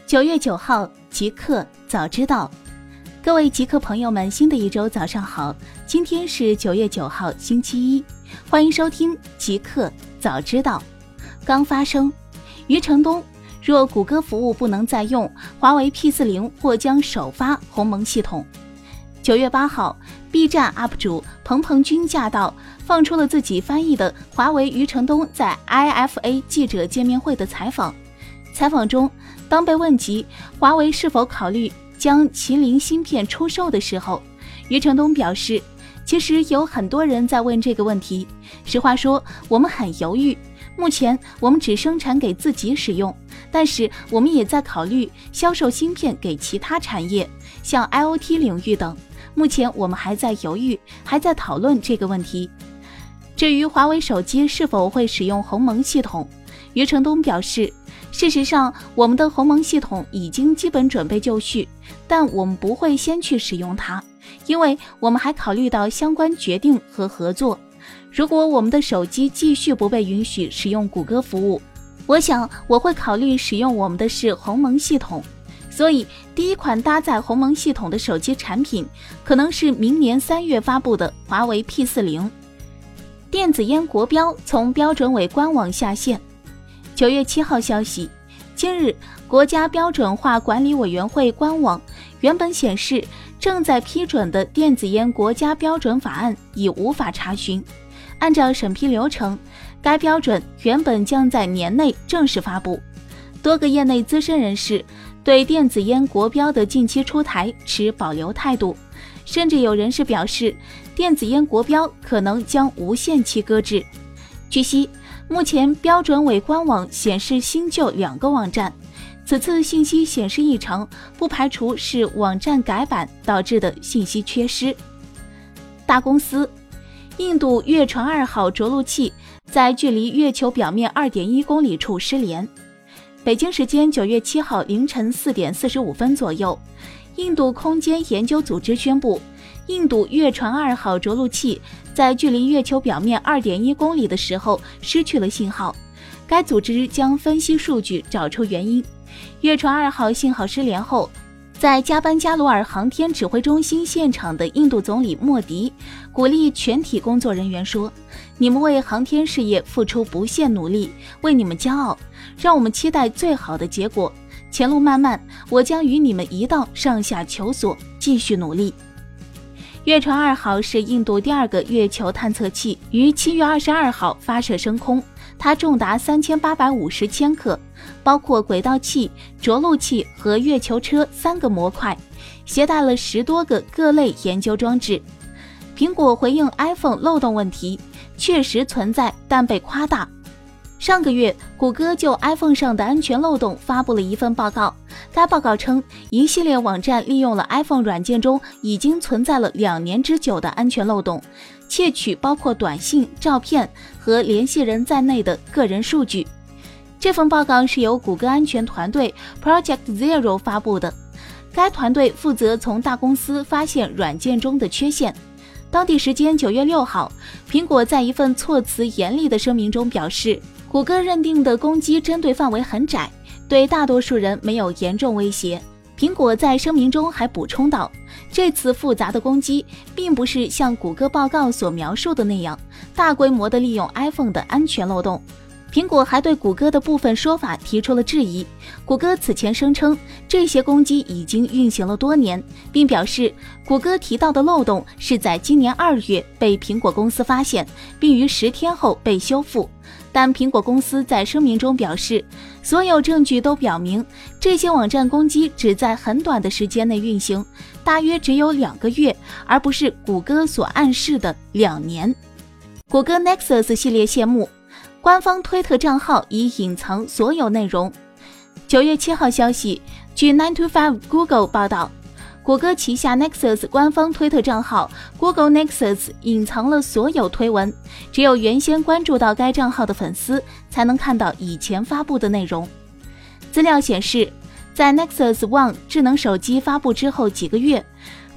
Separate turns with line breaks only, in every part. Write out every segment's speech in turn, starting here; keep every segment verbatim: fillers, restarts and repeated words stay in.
九月九号，极客早知道。各位极客朋友们，新的一周早上好，今天是九月九号，星期一，欢迎收听极客早知道。刚发生，余承东，若谷歌服务不能再用，华为 P 四十 或将首发鸿蒙系统。九月八号 ，B 站 U P 主鹏鹏君驾到，放出了自己翻译的华为余承东在 I F A 记者见面会的采访。采访中，当被问及华为是否考虑将麒麟芯片出售的时候，余承东表示，其实有很多人在问这个问题，实话说，我们很犹豫，目前我们只生产给自己使用，但是我们也在考虑销售芯片给其他产业，像 I O T 领域等，目前我们还在犹豫，还在讨论这个问题。至于华为手机是否会使用鸿蒙系统，余承东表示，事实上我们的鸿蒙系统已经基本准备就绪，但我们不会先去使用它，因为我们还考虑到相关决定和合作。如果我们的手机继续不被允许使用谷歌服务，我想我会考虑使用我们的是鸿蒙系统。所以第一款搭载鸿蒙系统的手机产品可能是明年三月发布的华为 P 四十。电子烟国标从标准委官网下线。九月七号消息，今日国家标准化管理委员会官网原本显示正在批准的电子烟国家标准法案已无法查询。按照审批流程，该标准原本将在年内正式发布。多个业内资深人士对电子烟国标的近期出台持保留态度，甚至有人士表示，电子烟国标可能将无限期搁置。据悉，目前标准委官网显示新旧两个网站，此次信息显示异常，不排除是网站改版导致的信息缺失。大公司，印度月船二号着陆器在距离月球表面 二点一公里处失联。北京时间九月七号凌晨四点四十五分左右，印度空间研究组织宣布，印度月船二号着陆器在距离月球表面 二点一公里的时候失去了信号，该组织将分析数据找出原因。月船二号信号失联后，在加班加罗尔航天指挥中心现场的印度总理莫迪鼓励全体工作人员说，你们为航天事业付出不懈努力，为你们骄傲，让我们期待最好的结果，前路漫漫，我将与你们一道上下求索，继续努力。月船二号是印度第二个月球探测器，于七月二十二号发射升空，它重达三千八百五十千克，包括轨道器、着陆器和月球车三个模块，携带了十多个各类研究装置。苹果回应 iPhone 漏洞问题，确实存在，但被夸大。上个月，谷歌就 iPhone 上的安全漏洞发布了一份报告。该报告称，一系列网站利用了 iPhone 软件中已经存在了两年之久的安全漏洞，窃取包括短信、照片和联系人在内的个人数据。这份报告是由谷歌安全团队 Project Zero 发布的。该团队负责从大公司发现软件中的缺陷。当地时间九月六号，苹果在一份措辞严厉的声明中表示，谷歌认定的攻击针对范围很窄，对大多数人没有严重威胁。苹果在声明中还补充道，这次复杂的攻击并不是像谷歌报告所描述的那样，大规模地利用 iPhone 的安全漏洞。苹果还对谷歌的部分说法提出了质疑。谷歌此前声称，这些攻击已经运行了多年，并表示谷歌提到的漏洞是在今年二月被苹果公司发现，并于十天后被修复。但苹果公司在声明中表示，所有证据都表明，这些网站攻击只在很短的时间内运行，大约只有两个月，而不是谷歌所暗示的两年。谷歌 Nexus 系列谢幕，官方推特账号已隐藏所有内容。九月七号消息，据 nine to five Google 报道，谷歌旗下 Nexus 官方推特账号 Google Nexus 隐藏了所有推文，只有原先关注到该账号的粉丝才能看到以前发布的内容。资料显示，在 Nexus One 智能手机发布之后几个月，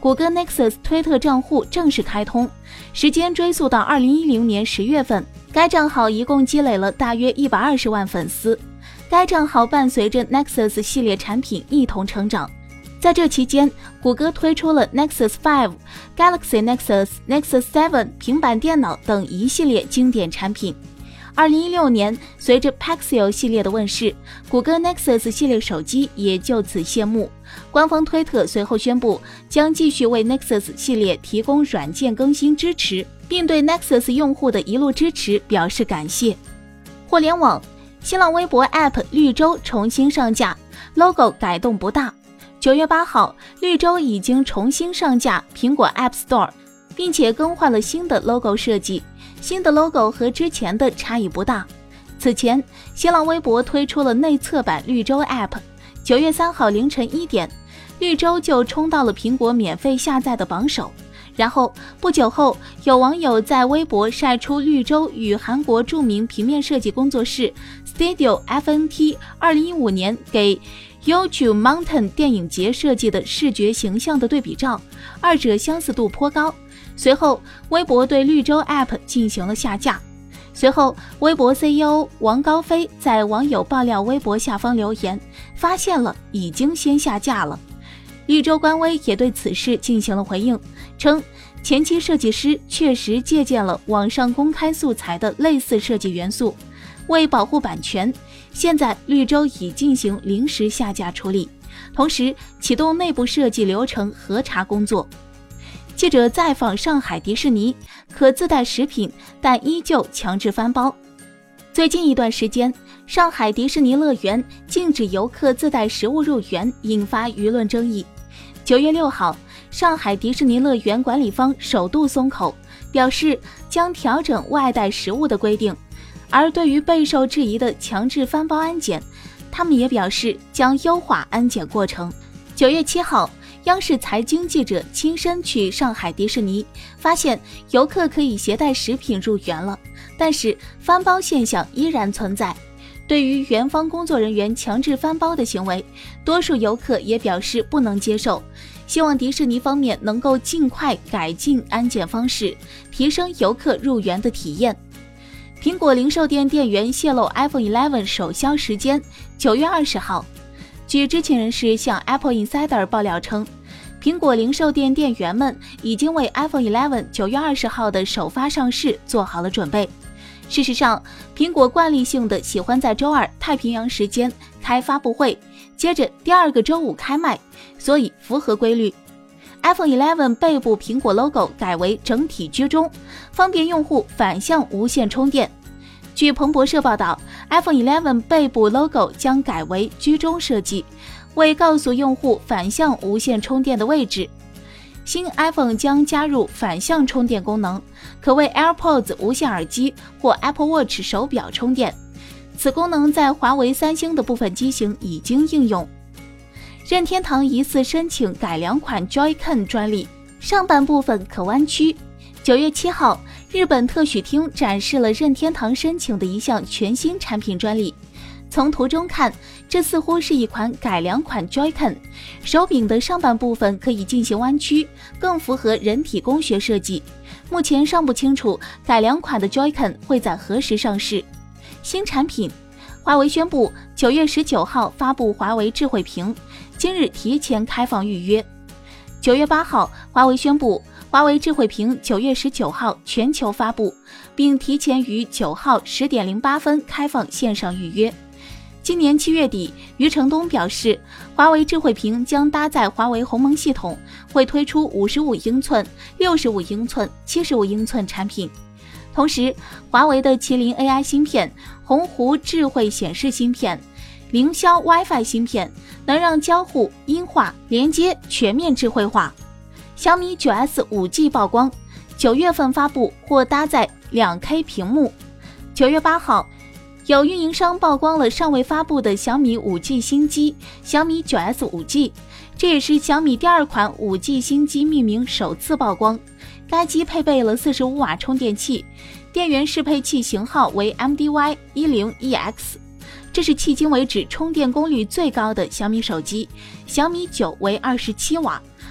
谷歌 Nexus 推特账户正式开通，时间追溯到二零一零年十月份。该账号一共积累了大约一百二十万粉丝。该账号伴随着 Nexus 系列产品一同成长。在这期间，谷歌推出了 Nexus 五、Galaxy Nexus、Nexus 七平板电脑等一系列经典产品。二零一六年，随着 Pixel 系列的问世，谷歌 Nexus 系列手机也就此谢幕。官方推特随后宣布，将继续为 Nexus 系列提供软件更新支持，并对 Nexus 用户的一路支持表示感谢。互联网，新浪微博 App 绿洲重新上架 ，logo 改动不大。九月八号，绿洲已经重新上架苹果 App Store， 并且更换了新的 logo 设计。新的 logo 和之前的差异不大。此前，新浪微博推出了内测版绿洲 App， 九月三号凌晨一点，绿洲就冲到了苹果免费下载的榜首。然后不久后，有网友在微博晒出绿洲与韩国著名平面设计工作室 Studio F N T 二零一五年给 Yeoju Mountain 电影节设计的视觉形象的对比照，二者相似度颇高。随后，微博对绿洲 App 进行了下架。随后，微博 C E O 王高飞在网友爆料微博下方留言，发现了已经先下架了。绿洲官微也对此事进行了回应，称前期设计师确实借鉴了网上公开素材的类似设计元素，为保护版权，现在绿洲已进行临时下架处理，同时启动内部设计流程核查工作。记者再访上海迪士尼，可自带食品，但依旧强制翻包。最近一段时间，上海迪士尼乐园禁止游客自带食物入园，引发舆论争议。九月六号，上海迪士尼乐园管理方首度松口，表示将调整外带食物的规定。而对于备受质疑的强制翻包安检，他们也表示将优化安检过程。九月七号，央视财经记者亲身去上海迪士尼，发现游客可以携带食品入园了，但是翻包现象依然存在。对于园方工作人员强制翻包的行为，多数游客也表示不能接受，希望迪士尼方面能够尽快改进安检方式，提升游客入园的体验。苹果零售店店员泄露 iPhone 十一首销时间，九月二十号。据知情人士向 Apple Insider 爆料称，苹果零售店店员们已经为 iPhone 十一九月二十号的首发上市做好了准备。事实上，苹果惯例性的喜欢在周二太平洋时间开发布会，接着第二个周五开卖，所以符合规律。iPhone 十一背部苹果 logo 改为整体居中，方便用户反向无线充电。据彭博社报道， iPhone 十一背部 logo 将改为居中设计，为告诉用户反向无线充电的位置。新 iPhone 将加入反向充电功能，可为 AirPods 无线耳机或 Apple Watch 手表充电。此功能在华为、三星的部分机型已经应用。任天堂疑似申请改良款 Joy-Con 专利，上半部分可弯曲。九月七号，日本特许厅展示了任天堂申请的一项全新产品专利。从图中看，这似乎是一款改良款 Joy-Con， 手柄的上半部分可以进行弯曲，更符合人体工学设计。目前尚不清楚改良款的 Joy-Con 会在何时上市。新产品，华为宣布九月十九号发布华为智慧屏，今日提前开放预约。九月八号，华为宣布华为智慧屏九月十九号全球发布，并提前于九号十点零八分开放线上预约。今年七月底，余承东表示，华为智慧屏将搭载华为鸿蒙系统，会推出五十五英寸、六十五英寸、七十五英寸产品。同时，华为的麒麟 A I 芯片、鸿鹄智慧显示芯片、凌霄 WiFi 芯片能让交互、音画、连接全面智慧化。小米 九 S 五 G 曝光，九月份发布，或搭载 两K 屏幕。九月八号，有运营商曝光了尚未发布的小米 五 G 新机小米 九 S 五 G， 这也是小米第二款 五 G 新机命名首次曝光。该机配备了四十五瓦充电器，电源适配器型号为 M D Y 一零 E X， 这是迄今为止充电功率最高的小米手机。小米九为二十七瓦，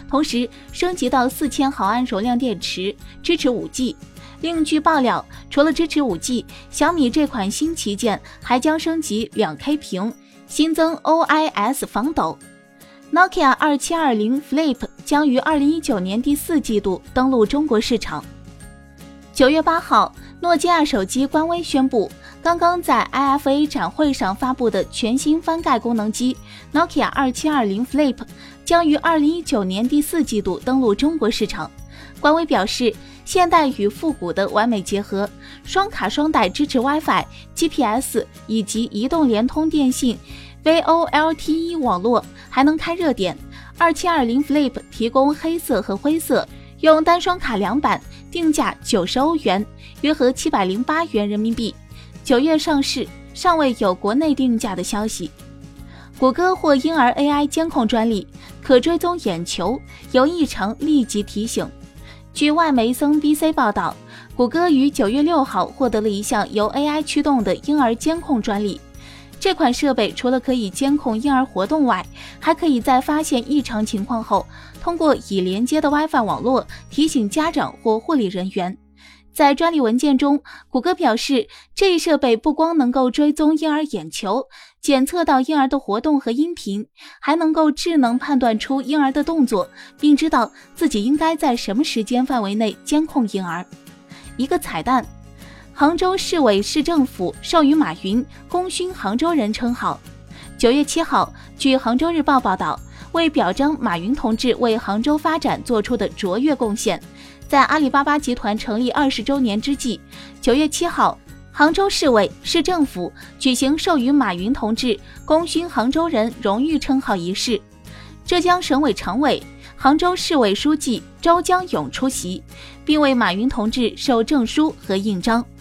同时升级到四千毫安容量电池，支持 五 G。另据爆料，除了支持 五 G， 小米这款新旗舰还将升级 两 K 屏，新增 O I S 防抖。Nokia 二七二零 Flip 将于二零一九年第四季度登陆中国市场。九月八号，诺基亚手机官微宣布，刚刚在 I F A 展会上发布的全新翻盖功能机 Nokia 二七二零 Flip 将于二零一九年第四季度登陆中国市场。官微表示，现代与复古的完美结合，双卡双待支持 WiFi、G P S 以及移动联通电信 V O L T E 网络，还能开热点。二七二零 Flip 提供黑色和灰色，用单双卡两版，定价九十欧元，约合七百零八元人民币。九月上市，尚未有国内定价的消息。谷歌获婴儿 A I 监控专利，可追踪眼球，有异常立即提醒。据外媒僧 B C 报道，谷歌于九月六号获得了一项由 A I 驱动的婴儿监控专利。这款设备除了可以监控婴儿活动外，还可以在发现异常情况后，通过已连接的 WiFi 网络提醒家长或护理人员。在专利文件中，谷歌表示，这一设备不光能够追踪婴儿眼球，检测到婴儿的活动和音频，还能够智能判断出婴儿的动作，并知道自己应该在什么时间范围内监控婴儿。一个彩蛋，杭州市委市政府授予马云功勋杭州人称号。九月七号，据杭州日报报道，为表彰马云同志为杭州发展做出的卓越贡献，在阿里巴巴集团成立二十周年之际，九月七号，杭州市委市政府举行授予马云同志功勋杭州人荣誉称号仪式。浙江省委常委、杭州市委书记周江勇出席，并为马云同志授证书和印章。